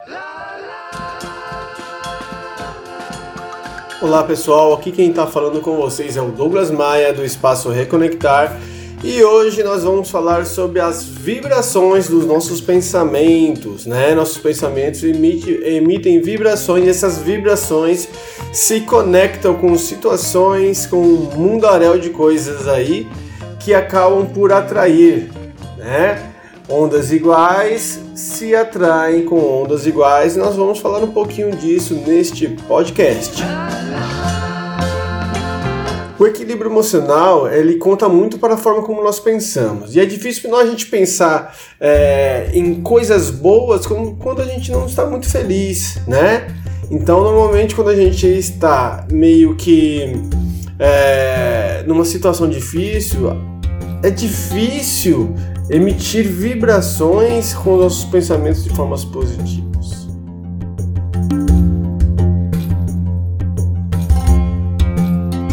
Olá pessoal, aqui quem está falando com vocês é o Douglas Maia do Espaço Reconectar e hoje nós vamos falar sobre as vibrações dos nossos pensamentos, né? Nossos pensamentos emitem vibrações e essas vibrações se conectam com situações, com um mundaréu de coisas aí que acabam por atrair, né? Ondas iguais se atraem com ondas iguais. Nós vamos falar um pouquinho disso neste podcast. O equilíbrio emocional, ele conta muito para a forma como nós pensamos. E é difícil para a gente pensar em coisas boas quando a gente não está muito feliz, né? Então, normalmente, quando a gente está meio que numa situação difícil, é difícil emitir vibrações com nossos pensamentos de formas positivas.